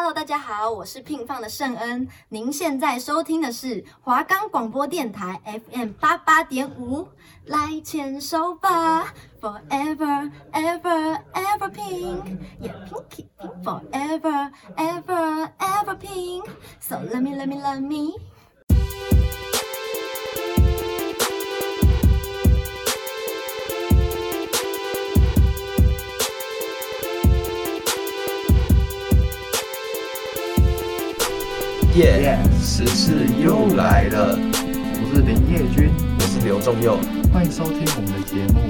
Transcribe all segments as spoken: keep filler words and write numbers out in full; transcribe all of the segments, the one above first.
Hello， 大家好，我是聘放的盛恩。您现在收听的是华冈广播电台 F M 八八点五，来牵手吧 ，Forever Ever Ever Pink，Yeah Pinky Pink Forever Ever Ever Pink，So let me let me let me。 耶、yeah, 时事又来了， 我是林业君， 我是刘仲佑， 欢迎收听我们的节目。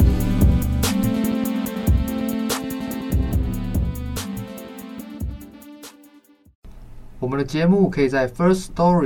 我们的节目可以在 First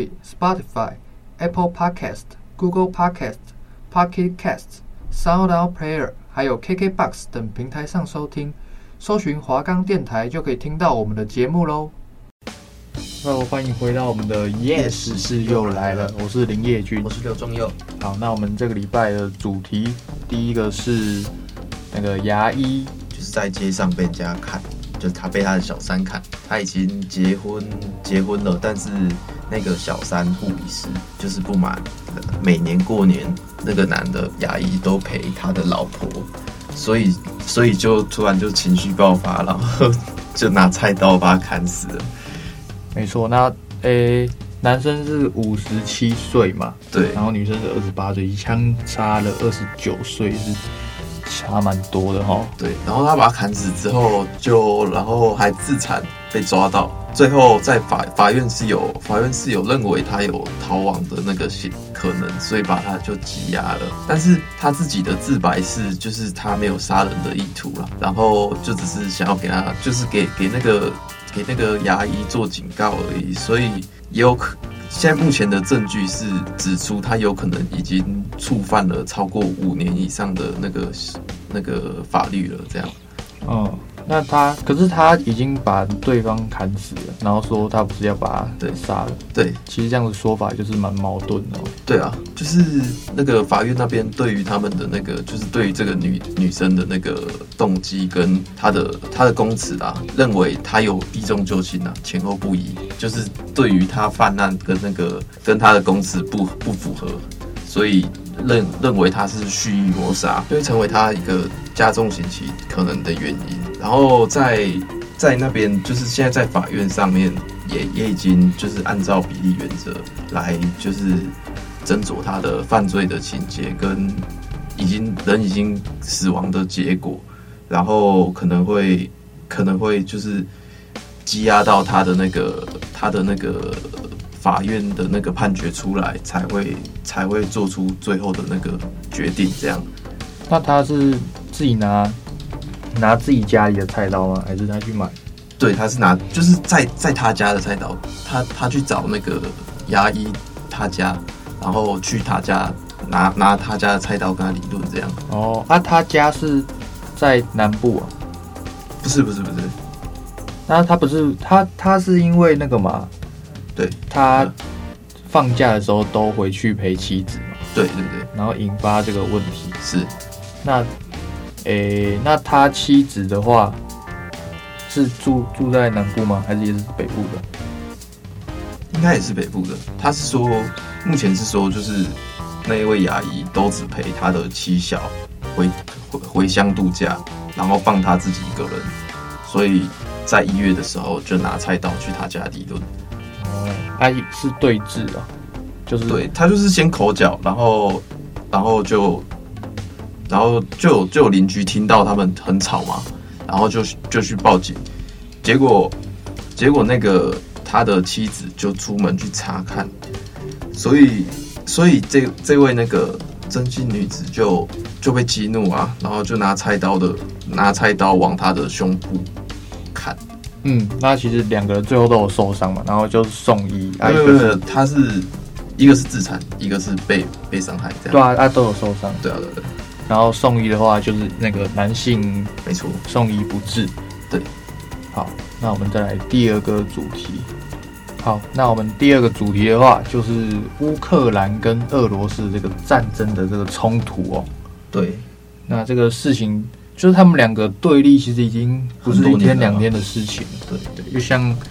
Story、Spotify、Apple Podcast、Google Podcast、Pocket Casts、SoundOut Player 还有 K K Box 等平台上收听，搜寻华冈电台就可以听到我们的节目喽。Hello， 欢迎回到我们的耶时事又来了，我是林业君， 我是刘仲佑。 好，那我们这个礼拜的主题，第一个是那个牙医， 就是在街上被人家砍，就是他被他的小三砍，他已经结婚结婚了，但是那个小三护理师就是不满，每年过年那个男的牙医都陪他的老婆，所以所以就突然就情绪爆发，然后就拿菜刀把他砍死了。 没错，那诶、欸，男生是五十七岁嘛， 对， 然后女生是二十八岁，相差了二十九岁，是差蛮多的哈。 对，然后他把他砍死之后，就然后还自残被抓到，最后在法法院是有法院是有认为他有逃亡的那个可能，所以把他就羁押了。但是他自己的自白是，就是他没有杀人的意图啦，然后就只是想要给他，就是给给那个。给那个牙医做警告而已，所以也有可现在目前的证据是指出他有可能已经触犯了超过五年以上的那个那个法律了，这样。 嗯，那他可是他已经把对方砍死了，然后说他不是要把他杀了。 对， 其实这样的说法就是蛮矛盾的、哦。 对啊，就是那个法院那边对于他们的那个，就是对于这个女女生的那个动机跟她的她的供词啊，认为她有避重就轻啊，前后不一，就是对于她犯案跟那个跟她的供词不不符合，所以认认为她是蓄意谋杀，就会成为她一个加重刑期可能的原因。然后在在那边就是现在在法院上面也也已经就是按照比例原则来就是斟酌他的犯罪的情节跟已经人已经死亡的结果，然后可能会可能会就是羁押到他的那个他的那个法院的那个判决出来才会才会做出最后的那个决定这样。 那他是自己拿拿自己家里的菜刀吗？还是他去买？ 对，他是拿就是在在他家的菜刀，他他去找那个牙医他家，然后去他家拿拿他家的菜刀跟他理论这样。 哦，啊，他家是在南部啊？ 不是不是不是， 那他不是他他是因为那个嘛？ 对， 他放假的时候都回去陪妻子嘛？ 对对对， 然后引发这个问题是那。诶、欸，那他妻子的话是住住在南部吗？还是也是北部的？ 应该也是北部的。他是说，目前是说，就是那一位牙医都只陪他的妻小回回回乡度假，然后放他自己一个人，所以在一月的时候就拿菜刀去他家理论。 哦，他、啊、是对峙啊，就是对他就是先口角，然后然后就。然后就有就有邻居听到他们很吵嘛，然后就就去报警，结果结果那个他的妻子就出门去查看，所以所以这这位那个真姓女子就就被激怒啊，然后就拿菜刀的拿菜刀往他的胸部砍。 嗯，那其实两个人最后都有受伤嘛，然后就送医。 啊，一个是他是一个是自残，一个是被被伤害这样。 对啊，啊都有受伤。 对啊，对对。 然后送医的话，就是那个男性， 没错， 送医不治。 对， 好，那我们再来第二个主题。好，那我们第二个主题的话，就是乌克兰跟俄罗斯这个战争的这个冲突哦。 对， 那这个事情就是他们两个对立，其实已经不是一天两天的事情。 对对， 就像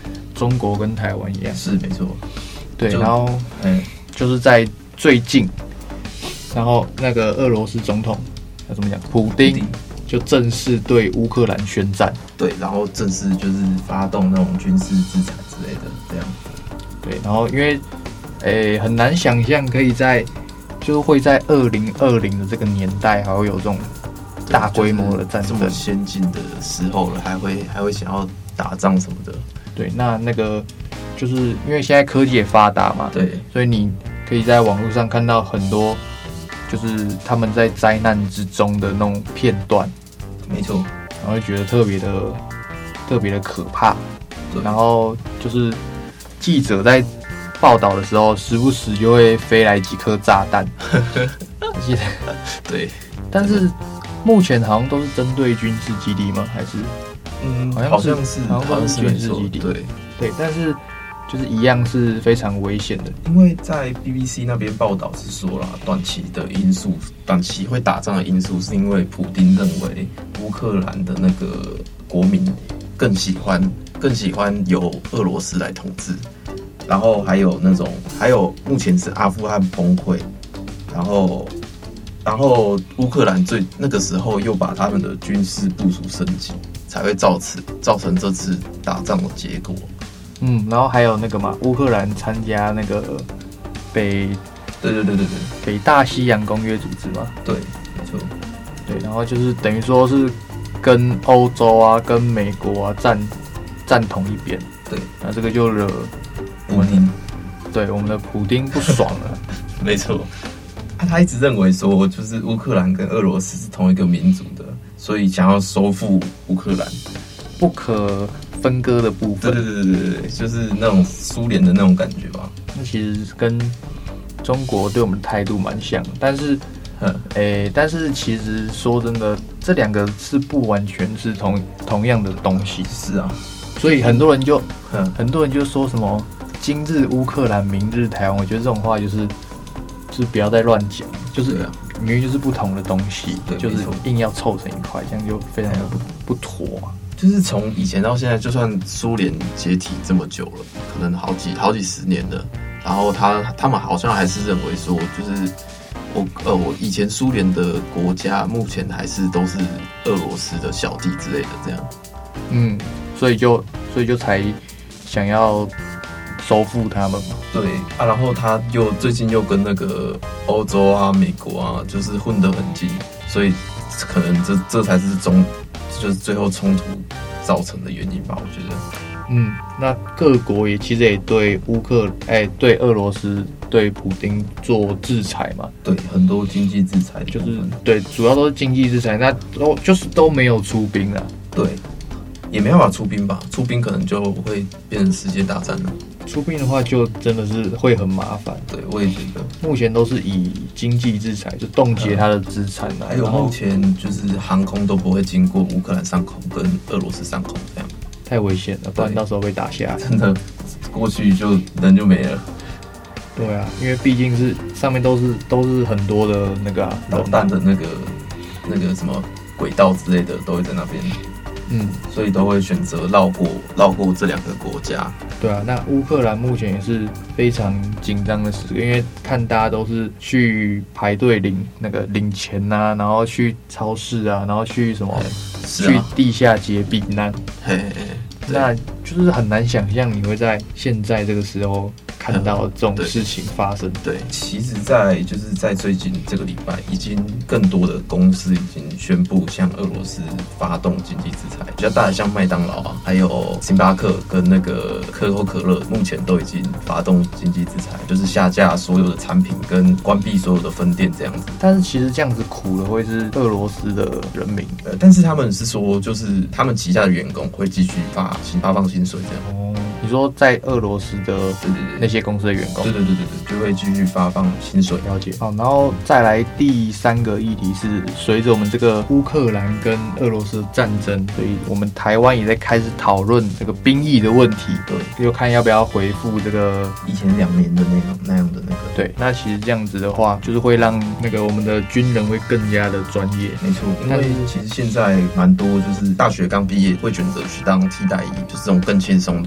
中国跟台湾一样。 是没错。 对，然后嗯，就是在最近，然后那个俄罗斯总统要怎么讲？普丁就正式对乌克兰宣战。 对，然后正式就是发动那种军事制裁之类的这样。 对，然后因为诶、欸、很难想象可以在就是会在二零二零的这个年代还会有这种大规模的战争， 这么先进的时候了，还会还会想要打仗什么的。 对，那那个就是因为现在科技也发达嘛， 对， 所以你可以在网络上看到很多就是他们在灾难之中的那种片段， 没错， 然后会觉得特别的特别的可怕。然后就是记者在报道的时候，时不时就会飞来几颗炸弹。记得对， 但是目前好像都是针对军事基地吗？还是嗯， 好像是好像都是军事基地。 对对，但是就是一样是非常危险的。 因为在 B B C 那边报道是说啦，短期的因素，短期会打仗的因素，是因为普丁认为乌克兰的那个国民更喜欢更喜欢由俄罗斯来统治。然后还有那种，还有目前是阿富汗崩溃，然后，然后乌克兰最那个时候又把他们的军事部署升级，才会造成造成这次打仗的结果。 嗯，然后还有那个嘛，乌克兰参加那个北， 对对对对对， 北大西洋公约组织嘛。 对，没错。 对，然后就是等于说是跟欧洲啊、跟美国啊站站同一边。 对， 那这个就惹普丁， 对我们的普丁不爽了。 没错，啊，他一直认为说，就是乌克兰跟俄罗斯是同一个民族的，所以想要收复乌克兰， 不可分割的部分。 对对对对对，就是那种苏联的那种感觉吧。 那其实跟中国对我们的态度蛮像，但是，诶、欸，但是其实说真的，这两个是不完全是同同样的东西。 是啊， 所以很多人就， 嗯， 很多人就说什么今日乌克兰，明日台湾。我觉得这种话就是，就是不要再乱讲，就是明明就是不同的东西，就是硬要凑成一块，这样就非常的不不妥嘛。 就是从以前到现在，就算苏联解体这么久了，可能好几好几十年了，然后他他们好像还是认为说，就是我呃我以前苏联的国家，目前还是都是俄罗斯的小弟之类的这样。 嗯，所以就所以就才想要收复他们嘛。 对啊，然后他又最近又跟那个欧洲啊、美国啊，就是混得很近，所以可能这这才是中。就是最后冲突造成的原因吧，我觉得。 嗯，那各国也其实也对乌克哎、欸、对俄罗斯对普丁做制裁嘛。 对，很多经济制裁， 就是对，主要都是经济制裁，那都就是都没有出兵啊。 对，也没办法出兵吧，出兵可能就会变成世界大战了。 出兵的话就真的是会很麻烦。 对，我也觉得。 目前都是以经济制裁，就冻结他的资产啊。 还有目前就是航空都不会经过乌克兰上空跟俄罗斯上空这样。 太危险了，不然到时候被打下来。 真的，过去就人就没了。 对啊，因为毕竟是上面都是都是很多的那个啊导弹的那个那个什么轨道之类的都会在那边。嗯，所以都会选择绕过绕过这两个国家。 对啊，那乌克兰目前也是非常紧张的时刻，因为看大家都是去排队领那个领钱啊，然后去超市啊，然后去什么、啊、去地下街避难。嘿嘿嘿，那就是很难想象你会在现在这个时候看到这种事情发生。 对，其实在就是在最近这个礼拜，已经更多的公司已经宣布向俄罗斯发动经济制裁，比较大的像麦当劳啊，还有星巴克跟那个可口可乐，目前都已经发动经济制裁，就是下架所有的产品跟关闭所有的分店这样子。 但是其实这样子苦的会是俄罗斯的人民， 呃，但是他们是说，就是他们旗下的员工会继续发发放薪水这样。 哦，你说在俄罗斯的对对对那些公司的员工， 对对对对对，就会继续发放薪水。 了解。好，然后再来第三个议题是，随着我们这个乌克兰跟俄罗斯的战争，所以我们台湾也在开始讨论这个兵役的问题。对，就看要不要回复这个以前两年的那样那样的那个。 对，那其实这样子的话，就是会让那个我们的军人会更加的专业。 没错，因为其实现在蛮多就是大学刚毕业会选择去当替代役，就是这种更轻松的那种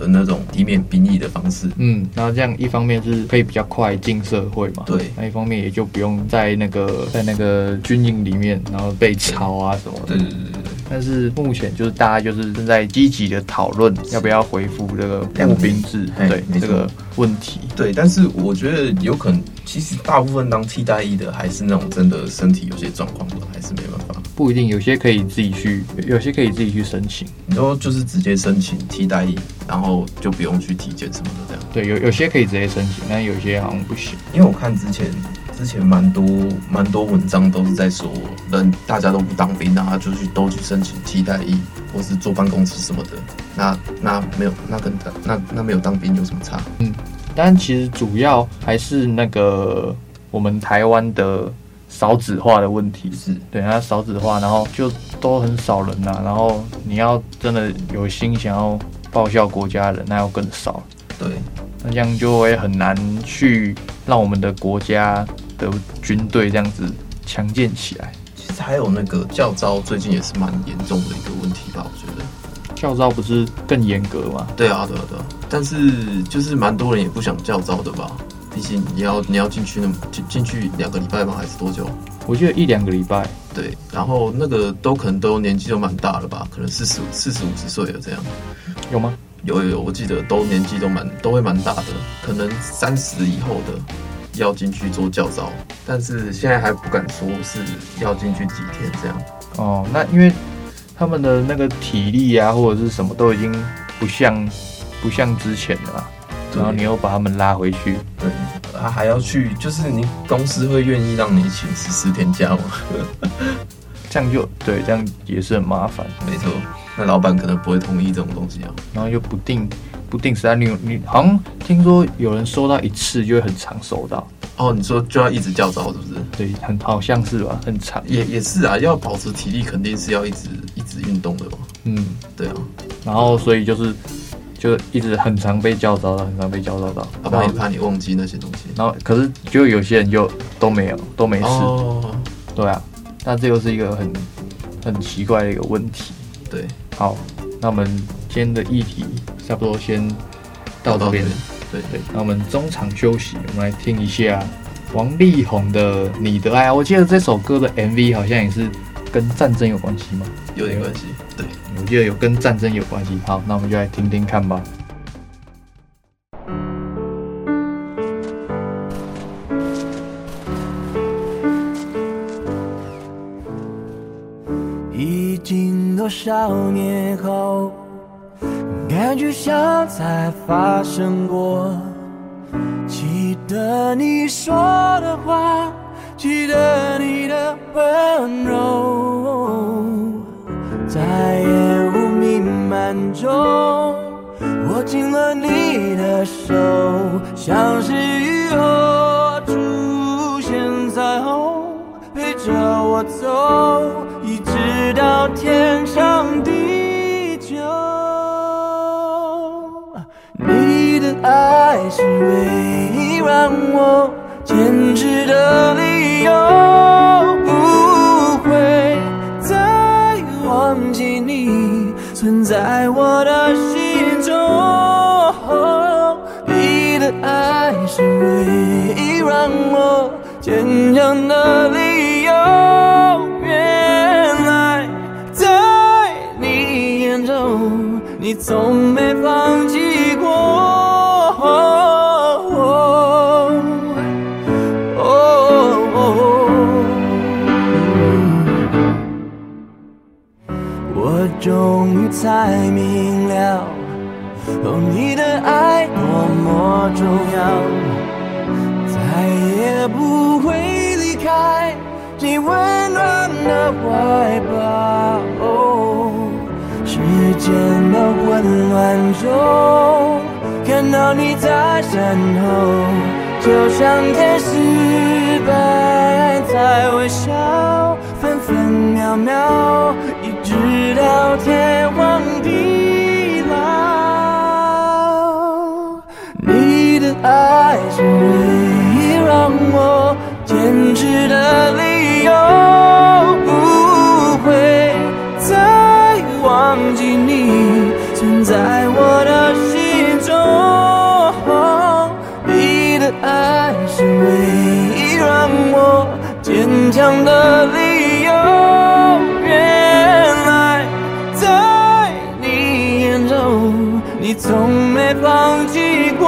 体免兵役的方式。 嗯，然后这样一方面是可以比较快进社会嘛， 对， 那一方面也就不用在那个在那个军营里面，然后被抄啊什么的。 对对对对对。 但是目前就是大家就是正在积极的讨论要不要恢复这个募兵制，对这个问题。 对，但是我觉得有可能，其实大部分当替代役的还是那种真的身体有些状况的，还是没办法。 不一定，有些可以自己去，有些可以自己去申请。 你说就是直接申请替代役，然后就不用去体检什么的这样。 对，有有些可以直接申请，但有些好像不行。 因为我看之前之前蛮多蛮多文章都是在说，人大家都不当兵啊，就去都去申请替代役，或是坐办公室什么的。那那没有，那跟那那没有当兵有什么差？ 嗯，但其实主要还是那个我们台湾的少子化的问题。 是对，它少子化，然后就都很少人呐、啊，然后你要真的有心想要报效国家的人，那要更少。 对， 那这样就会很难去让我们的国家的军队这样子强健起来。 其实还有那个教召，最近也是蛮严重的一个问题吧，我觉得。 教召不是更严格吗？ 对啊，对啊，对啊。但是就是蛮多人也不想教召的吧，毕竟你要你要进去那么进进去两个礼拜吗？还是多久？ 我记得一两个礼拜。 对，然后那个都可能都年纪都蛮大了吧，可能四十四十五十岁了这样。 有吗？ 有有有，我记得都年纪都蛮都会蛮大的，可能三十以后的要进去做教召，但是现在还不敢说是要进去几天这样。 哦，那因为他们的那个体力啊，或者是什么都已经不像不像之前了啦，然后你又把他们拉回去， 对，他还要去，就是你公司会愿意让你请十四天假吗？ 这样就对，这样也是很麻烦。 没错，那老板可能不会同意这种东西啊。 然后又不定不定时在你你好像听说有人收到一次就会很常收到。 哦，你说就要一直教召是不是？ 对，很好像是吧，很长。 也也是啊，要保持体力，肯定是要一直一直运动的嘛。 嗯， 对啊。 然后所以就是就一直很常被叫召到，很常被叫召到。 怕你怕你忘记那些东西。 然后可是就有些人就都没有都没事。 哦。对啊，那这又是一个很很奇怪的一个问题。 对。 好，那我们今天的议题差不多先到这边。 对对， 那我们中场休息，我们来听一下王力宏的《你的爱》。我记得这首歌的 M V 好像也是跟战争有关系吗？ 有点关系，对， 我记得有跟战争有关系。好，那我们就来听听看吧。 已经多少年后，感觉像才发生过，记得你说的话，记得你的温柔，在烟雾弥漫中，握紧了你的手，像是雨后出现彩虹，陪着我走，一直到天长地久。你的爱是唯一让我坚持的理由，不会再忘记你存在我的心中。你的爱是唯一让我坚强的理由，原来在你眼中，你从没放弃过。我终于才明了，哦，你的爱多么重要，再也不会离开你温暖的怀抱。哦，时间的混乱中，看到你在身后，就像天使般在微笑，分分秒秒，一直到天荒地老。你的爱是唯一让我坚持的理由，不会再忘记你存在我的心中。 唯一让我坚强的理由。原来在你眼中，你从没放弃过。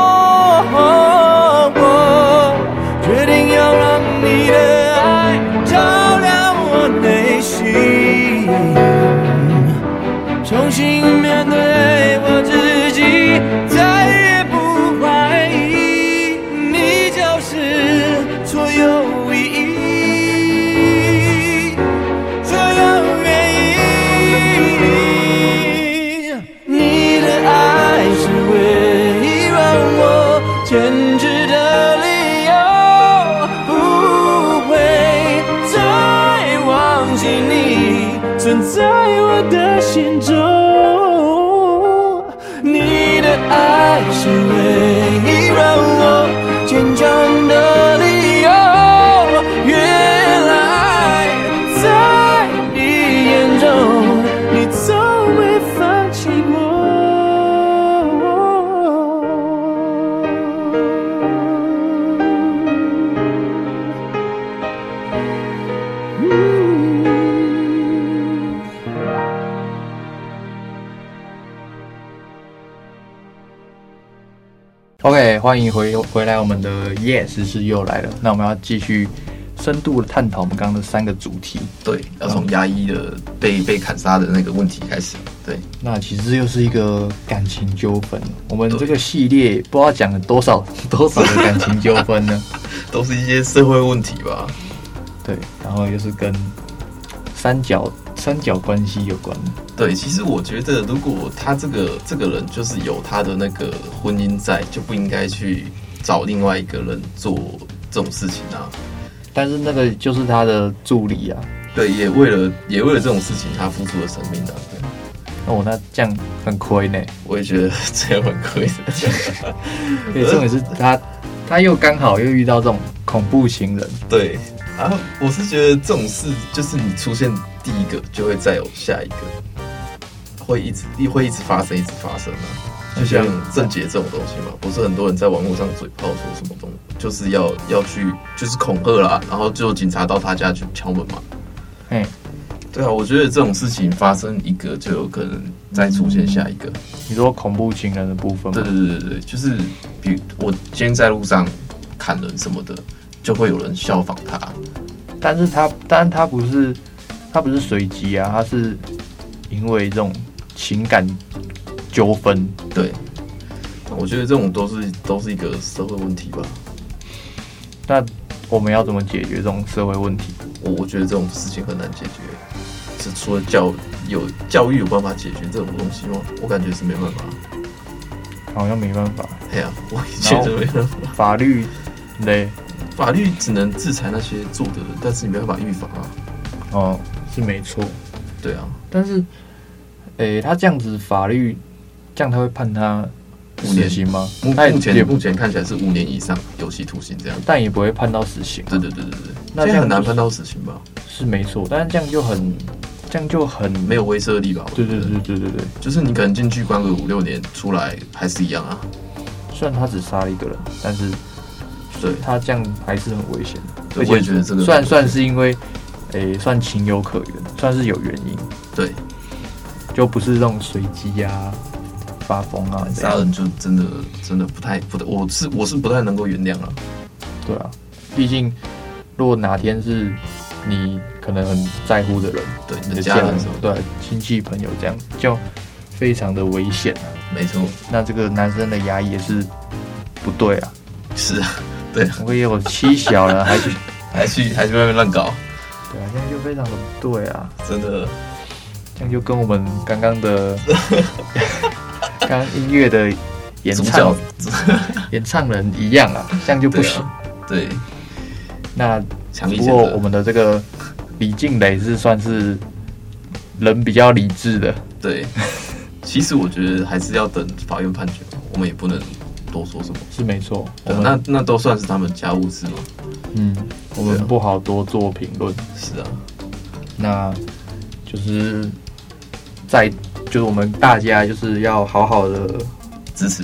我决定要让你的爱照亮我内心，重新面对我自己，再也不怀疑，你就是所有意义，所有原因。你的爱是唯一让我坚持的理由，不会再忘记你存在我的心中。你的爱是唯一让我坚强的理由。原来在你眼中，你从未放弃过。 OK， 欢迎回回来，我们的 Yes 时事又来了。那我们要继续深度的探讨我们刚刚的三个主题。 对，要从牙医的被被砍杀的那个问题开始。对， 那其实又是一个感情纠纷。我们这个系列不知道讲了多少多少的感情纠纷呢？ 都是一些社会问题吧。 对，然后又是跟三角三角关系有关的。 对，其实我觉得，如果他这个这个人就是有他的那个婚姻在，就不应该去找另外一个人做这种事情啊。 但是那个就是他的助理啊。 对，也为了也为了这种事情，他付出了生命啊。对， 哦，那这样很亏呢。 我也觉得这样很亏的。 对，重点是他他又刚好又遇到这种恐怖情人。 对。然后我是觉得这种事，就是你出现第一个，就会再有下一个，会一直会一直发生，一直发生啊。就像郑捷这种东西嘛，不是很多人在网络上嘴炮说什么东西，就是要要去就是恐吓啦，然后就警察到他家去敲门嘛。 嗯， 对啊，我觉得这种事情发生一个，就有可能再出现下一个。 你说恐怖情人的部分吗？ 对对对对对，就是比如我今天在路上砍人什么的。就会有人效仿他， 但是他，但他不是，他不是随机啊，他是因为这种情感纠纷。 对，我觉得这种都是都是一个社会问题吧。 那我们要怎么解决这种社会问题？ 我我觉得这种事情很难解决，是除了教有教育有办法解决这种东西吗？我感觉是没办法。 好像没办法。 对啊，我也觉得没办法。 法律嘞？ 法律只能制裁那些做的人，但是你没办法预防啊。 哦，是没错。 对啊， 但是，诶、欸，他这样子法律，这样他会判他死刑吗？ 目目前目前看起来是五年以上有期徒刑这样， 但也不会判到死刑、啊。 对对对对对， 那这样很难判到死刑吧？ 是没错，但是这样就很，这样就很没有威慑力吧？ 对对对对对对， 就是你可能进去关个五六年，出来还是一样啊。 虽然他只杀了一个人，但是。 对， 他这样还是很危险的， 而且我也觉得这个算算是因为，诶、欸，算情有可原，算是有原因。 对， 就不是那种随机啊、发疯啊， 杀人就真的真的不太不，我是我是不太能够原谅了。 对啊，毕竟如果哪天是你可能很在乎的人， 对你的家人什么， 对亲戚朋友这样，就非常的危险啊。 没错， 那这个男生的牙医也是不对啊。 是啊。对， 我也有妻小了，还去还去还去外面乱搞， 对啊，这样就非常的不对啊， 真的， 这样就跟我们刚刚的刚刚音乐的演唱演唱人一样啊，这样就不行。 对，啊、对那不过我们的这个李静蕾是算是人比较理智的。 对，其实我觉得还是要等法院判决，我们也不能。多说什么是没错， 那那都算是他们家务事嘛。 嗯，我们不好多做评论。 是啊， 那就是在就是我们大家就是要好好的支持，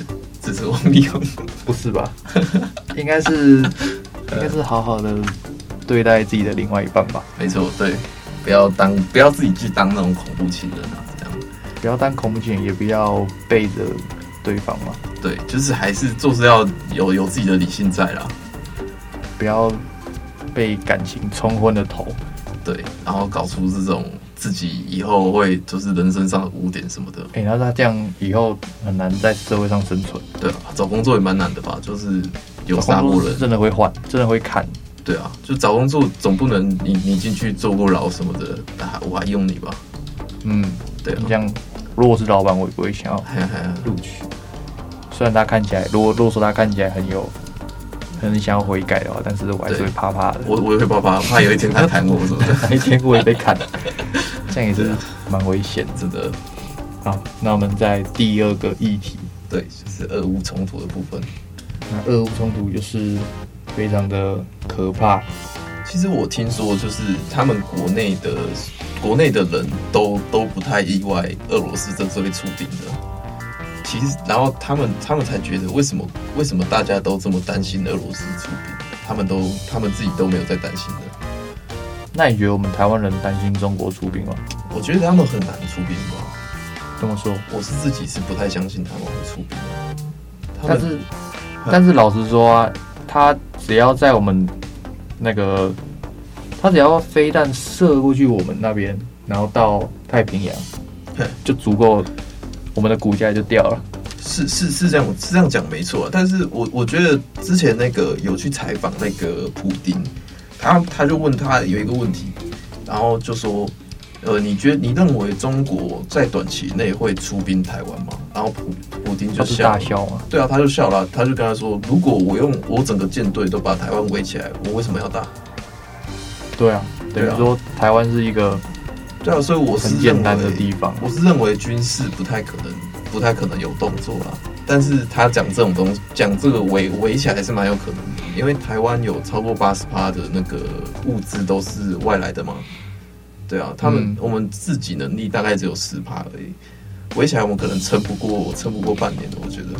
支持王力宏？ 不是吧？应该是应该是好好的对待自己的另外一半吧。 没错，对，不要当不要自己去当那种恐怖情人啊，这样。 不要当恐怖情人，也不要背着对方嘛。 对，就是还是做事要有有自己的理性在啦， 不要被感情冲昏了头。 对，然后搞出这种自己以后会就是人生上的污点什么的。 哎、欸，那他这样以后很难在社会上生存。 对啊，找工作也蛮难的吧？就是有杀过人， 真的会换，真的会砍。 对啊，就找工作总不能你你进去坐过牢什么的，我还用你吧？ 嗯， 对啊。 你这样，如果是老板，我也不会想要录取。虽然他看起来，如果如果说他看起来很有。可能想要悔改的话，但是我还是会怕怕的。 我我也会怕怕，怕有一天他砍我什么的。 哪一天我也被砍，这样也是蛮危险， 真的。 好，那我们在第二个议题， 对，就是俄乌冲突的部分。 那俄乌冲突就是非常的可怕。 其实我听说，就是他们国内的国内的人都都不太意外，俄罗斯这次会出兵的。其实，然后他们他们才觉得为什么为什么大家都这么担心俄罗斯出兵，他们都他们自己都没有在担心的。 那你觉得我们台湾人担心中国出兵吗？ 我觉得他们很难出兵吧。 这么说， 我是自己是不太相信他们会出兵的。 但是，但是老实说啊，他只要在我们那个，他只要飞弹射过去我们那边，然后到太平洋，就足够。我们的股价就掉了， 是是是这样，是这样讲没错。但是我我觉得之前那个有去采访那个普丁，他他就问他有一个问题，然后就说，呃，你觉得你认为中国在短期内会出兵台湾吗？然后普普丁就笑了， 大笑吗？ 对啊，他就笑了，他就跟他说，如果我用我整个舰队都把台湾围起来，我为什么要打？ 对啊，等于说台湾是一个。 对啊，所以我是很简单的地方。 我是认为军事不太可能，不太可能有动作啦。但是他讲这种东西，讲这个围围起来是蛮有可能的，因为台湾有超过八十趴的那个物资都是外来的嘛。对啊，他们、嗯、我们自己能力大概只有十趴而已，围起来我们可能撑不过，撑不过半年的，我觉得。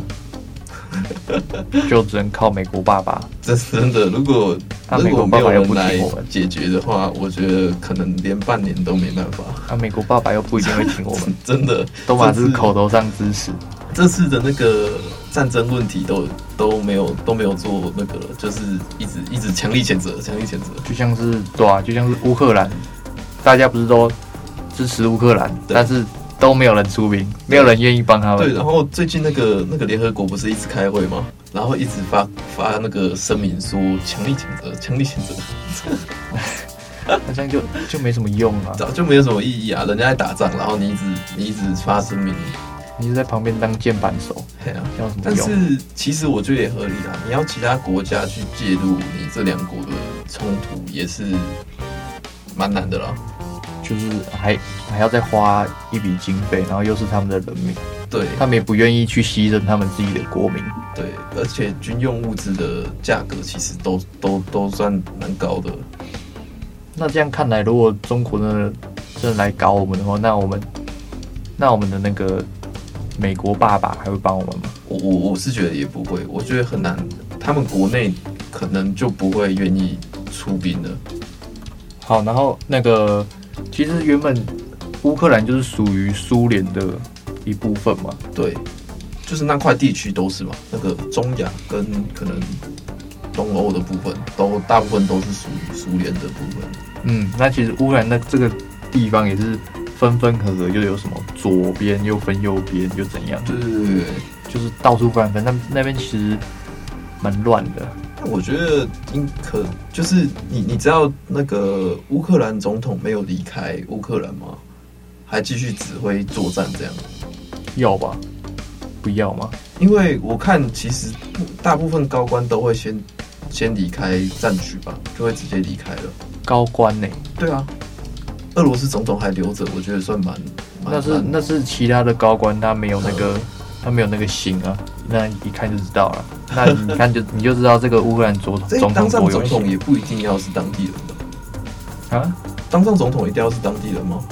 就只能靠美国爸爸。 这是真的，如果如果没有人来解决的话，我觉得可能连半年都没办法。 啊，美国爸爸又不一定会听我们， 真的， 都把这是口头上支持。 这次的那个战争问题都都没有都没有做那个了，就是一直一直强力谴责，强力谴责。 就像是对啊，就像是乌克兰，大家不是都支持乌克兰，但是。都没有人出兵，没有人愿意帮他们。 对，然后最近那个那个联合国不是一直开会吗？然后一直发发那个声明说强力谴责，强力谴责。 好像就就没什么用啊， 早就没有什么意义啊！人家在打仗，然后你一直你一直发声明， 你是在旁边当键盘手， 对啊， 有什么但是其实我觉得也合理啊，你要其他国家去介入你这两国的冲突，也是蛮难的啦。 就是还还要再花一笔经费，然后又是他们的人民， 对， 他们也不愿意去牺牲他们自己的国民， 对，而且军用物资的价格其实都都都算蛮高的。 那这样看来，如果中国真的真的来搞我们的话，那我们那我们的那个美国爸爸还会帮我们吗？ 我我我是觉得也不会，我觉得很难，他们国内可能就不会愿意出兵了。 好，然后那个。其实原本乌克兰就是属于苏联的一部分嘛， 对，就是那块地区都是嘛，那个中亚跟可能东欧的部分，都大部分都是属于苏联的部分。 嗯，那其实乌克兰那这个地方也是分分合合，又有什么左边又分右边，又怎样？ 对对对对， 就是到处乱分，那那边其实蛮乱的。 我觉得应可就是你你知道那个乌克兰总统没有离开乌克兰吗？还继续指挥作战这样？ 要吧？不要吗？ 因为我看其实大部分高官都会先先离开战区吧，就会直接离开了。 高官呢、欸？ 对啊，俄罗斯总统还留着，我觉得算蛮。 那是那是其他的高官，他没有那个。嗯他没有那个心啊，那一看就知道了。那你看就你就知道这个乌克兰总总统当上多有心。 总统也不一定要是当地人的啊？ 当上总统一定要是当地人吗？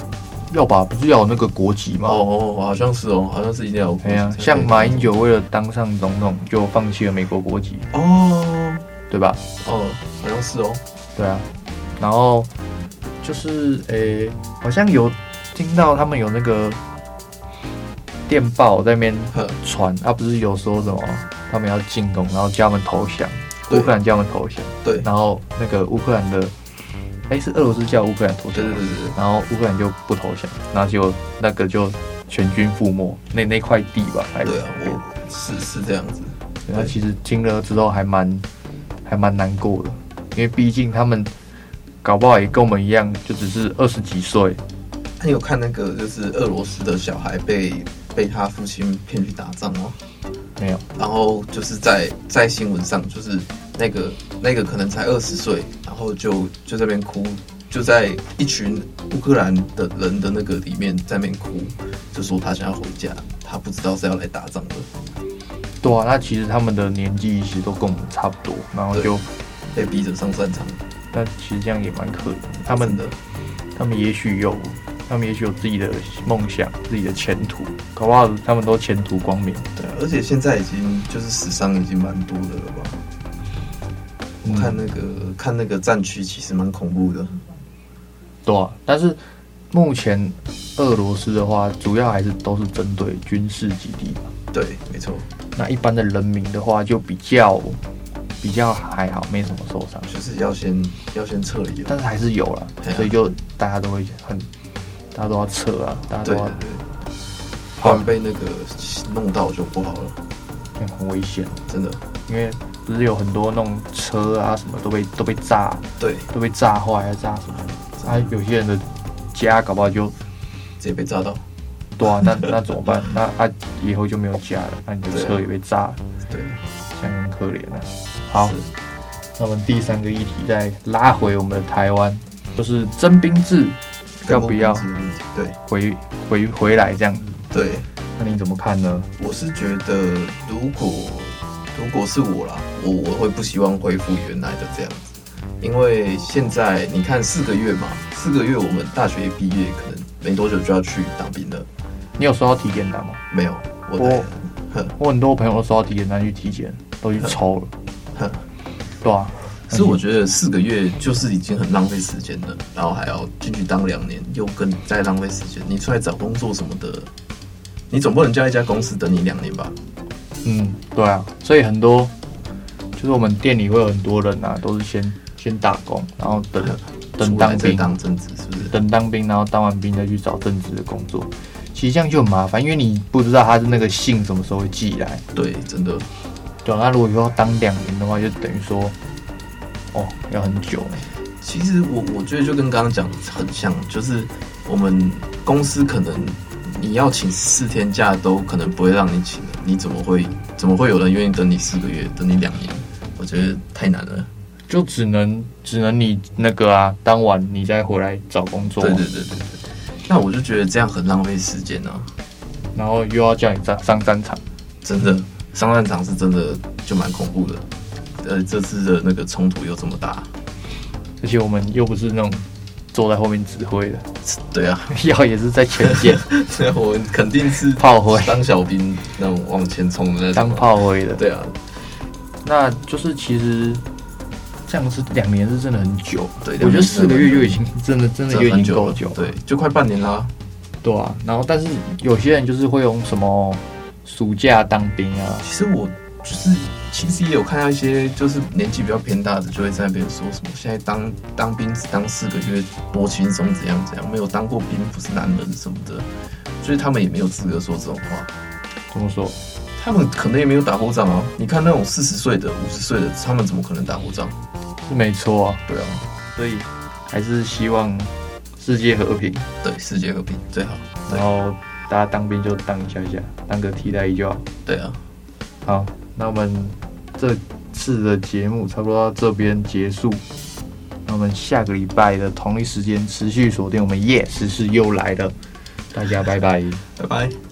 要吧，不是要有那个国籍吗？ 哦，好像是哦，好像是一定要有国籍。 哎呀，像马英九为了当上总统，就放弃了美国国籍。 哦， 对吧？ 哦，好像是哦。 对啊，然后就是诶、欸，好像有听到他们有那个电报在那边传啊，不是有说什么他们要进攻，然后叫他们投降，乌克兰叫他们投降， 对， 然后那个乌克兰的，哎、欸，是俄罗斯叫乌克兰投降， 对对对对， 然后乌克兰就不投降，然后就那个就全军覆没，那那块地吧，还对啊，我是是这样子。 他其实听了之后还蛮还蛮难过的，因为毕竟他们搞不好也跟我们一样，就只是二十几岁。 你有看那个就是俄罗斯的小孩被被他父亲骗去打仗吗？ 没有。 然后就是在在新闻上，就是那个那个可能才二十岁，然后就就在那边哭，就在一群乌克兰的人的那个里面在那边哭，就说他想要回家，他不知道是要来打仗的。 对啊，那其实他们的年纪其实都跟我们差不多，然后就被逼着上战场。 但其实这样也蛮可怜的。他们的，他们也许有，他们也许有自己的梦想、自己的前途，搞不好他们都前途光明。 对、啊，而且现在已经就是死伤已经蛮多的了吧？我看那个、嗯、看那个战区其实蛮恐怖的。 对啊，但是目前俄罗斯的话，主要还是都是针对军事基地嘛。 对，没错。 那一般的人民的话，就比较比较还好，没什么受伤。 就是要先要先撤离， 但是还是有啦，所以就大家都会很，大家都要撤啊，大家都要。 对对对。不然被那个弄到就不好了， 很危险， 真的。 因为不是有很多那种车啊什么都被都被炸， 对， 都被炸坏啊炸什么的。啊，有些人的家搞不好就直接被炸到。 对啊，那那怎么办？那啊以后就没有家了，那你的车也被炸了， 对， 这样很可怜啊。好，那我们第三个议题再拉回我们的台湾，就是征兵制要不要对回回回来这样？ 对， 那你怎么看呢？ 我是觉得，如果如果是我啦，我我会不希望恢复原来的这样子，因为现在你看四个月嘛，四个月我们大学一毕业，可能没多久就要去当兵了。 你有收到体检单吗？ 没有，我我, 我很多朋友都收到体检单去体检，都去抽了。对啊， 可是我觉得四个月就是已经很浪费时间了，然后还要进去当两年，又更再浪费时间。你出来找工作什么的，你总不能叫一家公司等你两年吧？ 嗯，对啊，所以很多就是我们店里会有很多人啊，都是先先打工，然后等等当兵， 当正职是不是？ 等当兵，然后当完兵再去找正职的工作。其实这样就很麻烦，因为你不知道他是那个信什么时候会寄来。 对，真的。 对，那如果以后要当两年的话，就等于说，哦，要很久。 其实我我觉得就跟刚刚讲很像，就是我们公司可能你要请四天假都可能不会让你请的，你怎么会怎么会有人愿意等你四个月，等你两年？我觉得太难了。 就只能只能你那个啊，当完你再回来找工作。 对对对对对。那我就觉得这样很浪费时间啊， 然后又要叫你上上战场， 真的上战场是真的就蛮恐怖的。呃，这次的那个冲突又这么大， 而且我们又不是那种坐在后面指挥的。 对啊， 要也是在前线。 对啊，我肯定是炮灰， 当小兵那种往前冲的那种， 当炮灰的。 对啊， 那就是其实。这样是两年是真的很久， 对， 我觉得四个月就已经真的真的就已经够久了， 对，就快半年啦。 对啊，然后但是有些人就是会用什么暑假当兵啊。 其实我就是其实也有看到一些就是年纪比较偏大的，就会在那边说什么现在当当兵只当四个月多轻松怎样怎样，没有当过兵不是男人什么的，所以他们也没有资格说这种话。 怎么说？ 他们可能也没有打过仗啊。你看那种四十岁的、五十岁的，他们怎么可能打过仗？ 是没错啊， 对啊， 所以还是希望世界和平。 对，世界和平最好。 然后大家当兵就当一下下，当个替代役就好。 对啊。 好，那我们这次的节目差不多到这边结束。那我们下个礼拜的同一时间持续锁定我们夜时事又来了，大家拜拜， 拜拜。